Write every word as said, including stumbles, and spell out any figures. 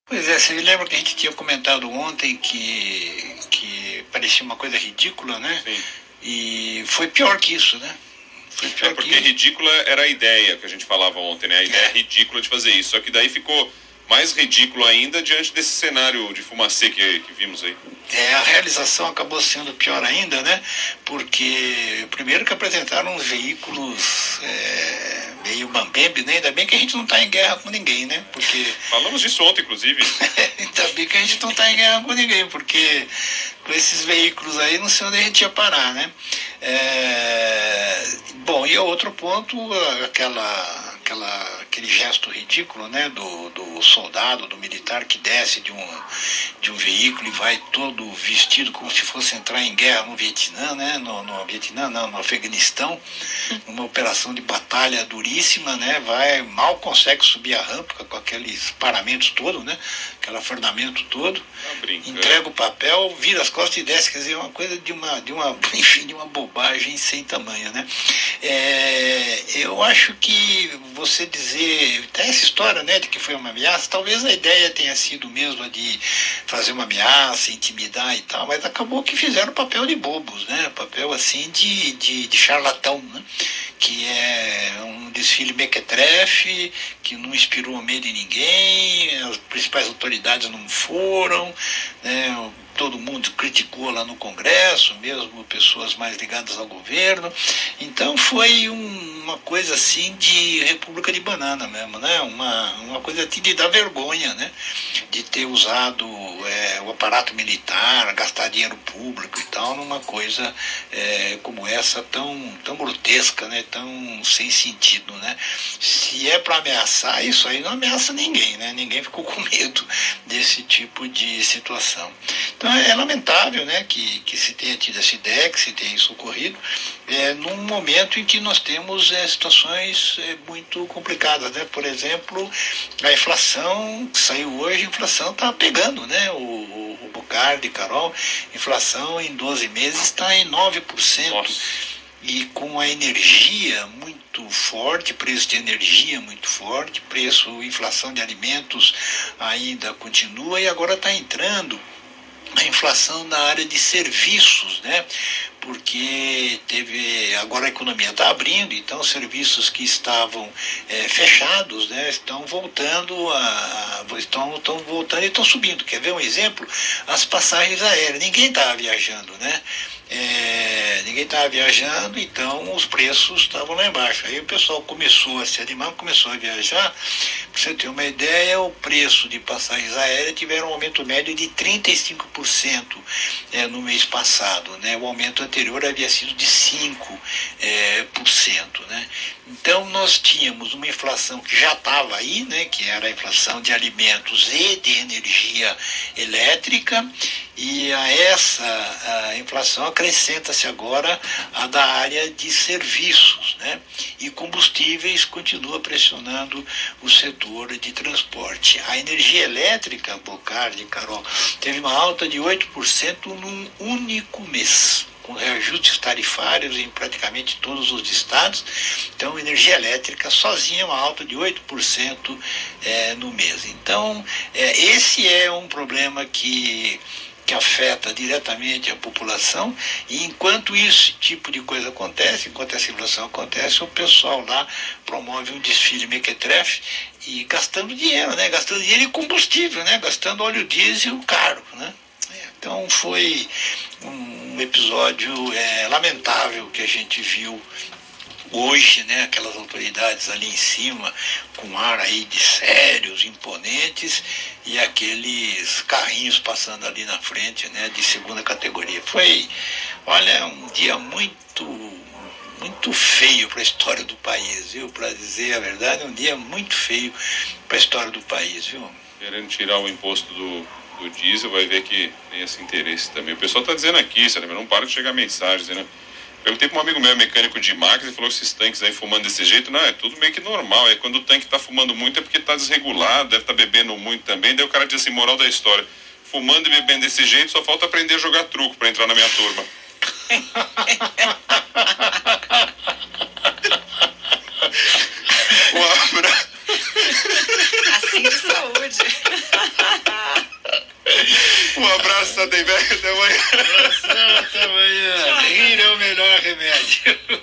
Pois é, você lembra que a gente tinha comentado ontem que, que parecia uma coisa ridícula, né? Sim. E foi pior que isso, né? Foi pior É porque que isso. ridícula era a ideia que a gente falava ontem, né? A ideia É. ridícula de fazer isso. Só que daí ficou mais ridículo ainda diante desse cenário de fumacê que, que vimos aí. É, a realização acabou sendo pior ainda, né? Porque, primeiro que apresentaram uns veículos é, meio mambembe, né? Ainda bem que a gente não está em guerra com ninguém, né? Porque... Falamos disso ontem, inclusive. Ainda bem que a gente não está em guerra com ninguém, porque com esses veículos aí não sei onde a gente ia parar, né? É... Bom, e outro ponto, aquela, aquela, aquele gesto ridículo, né? Do, do soldado, do militar que desce de um, de um veículo e vai todo vestido como se fosse entrar em guerra no Vietnã, né? No, no Vietnã, não, no Afeganistão, uma operação de batalha duríssima, né? Vai, mal consegue subir a rampa com aqueles paramentos todos, né? Aquele fardamento todo, Tá entrega o papel, vira as costas e desce, quer dizer, uma coisa de uma, de uma, enfim, de uma bobagem sem tamanho, né? É, eu acho que você dizer, até essa história, né, de que foi uma ameaça, talvez a ideia tenha sido mesmo a de fazer uma ameaça, intimidar e tal, mas acabou que fizeram papel de bobos, né? Papel assim de, de, de charlatão, né? Que é um desfile mequetrefe, que não inspirou medo em ninguém, as principais autoridades não foram, né? Todo mundo criticou lá no Congresso, mesmo pessoas mais ligadas ao governo. Então foi um, uma coisa assim de República de Banana mesmo, né? Uma, uma coisa assim de dar vergonha, né? De ter usado é, o aparato militar, gastar dinheiro público e tal, numa coisa é, como essa tão, tão grotesca, né? Tão sem sentido, né? Se é para ameaçar, isso aí não ameaça ninguém, né? Ninguém ficou com medo desse tipo de situação. Então é lamentável, né, que, que se tenha tido essa ideia, que se tenha isso ocorrido, é, num momento em que nós temos é, situações é, muito complicadas, né? Por exemplo, a inflação que saiu hoje, a inflação está pegando, né? O, o, o Bocardi, Carol, inflação em doze meses está em nove por cento. Nossa. E com a energia muito forte, preço de energia muito forte, preço, inflação de alimentos ainda continua e agora está entrando a inflação na área de serviços, né? Porque teve, agora a economia está abrindo, então os serviços que estavam é, fechados, né, estão voltando a, estão, estão voltando e estão subindo. Quer ver um exemplo? As passagens aéreas, ninguém estava viajando, né? É, ninguém estava viajando, então os preços estavam lá embaixo. Aí o pessoal começou a se animar, começou a viajar. Para você ter uma ideia, o preço de passagens aéreas tiveram um aumento médio de trinta e cinco por cento é, no mês passado, né? O aumento anterior havia sido de cinco por cento, é, né? Então nós tínhamos uma inflação que já estava aí, né? Que era a inflação de alimentos e de energia elétrica, e a essa a inflação acrescenta-se agora a da área de serviços, né? E combustíveis continua pressionando o setor de transporte. A energia elétrica, Bocardi, Carol, teve uma alta de oito por cento num único mês, com reajustes tarifários em praticamente todos os estados. Então, energia elétrica sozinha é uma alta de oito por cento é, no mês. Então, é, esse é um problema que que afeta diretamente a população, e enquanto esse tipo de coisa acontece, enquanto essa inflação acontece, o pessoal lá promove um desfile mequetrefe e gastando dinheiro, né? Gastando dinheiro em combustível, né? Gastando óleo diesel caro, né? Então foi um episódio é, lamentável que a gente viu hoje, né, aquelas autoridades ali em cima, com ar aí de sérios, imponentes, e aqueles carrinhos passando ali na frente, né, de segunda categoria. Foi, olha, um dia muito, muito feio para a história do país, viu? Para dizer a verdade, um dia muito feio para a história do país, viu? Querendo tirar o imposto do, do diesel, vai ver que tem esse interesse também. O pessoal está dizendo aqui, sabe, não para de chegar mensagens, né? Perguntei para um amigo meu, mecânico de máquinas, ele falou que esses tanques aí fumando desse jeito, não, é tudo meio que normal. É quando o tanque está fumando muito é porque está desregulado, deve estar tá bebendo muito também. Daí o cara diz assim, moral da história, fumando e bebendo desse jeito, só falta aprender a jogar truco para entrar na minha turma. Assim de saúde. Um abraço, Sadenberg, até amanhã. Um abração, até amanhã. Rir é o melhor remédio.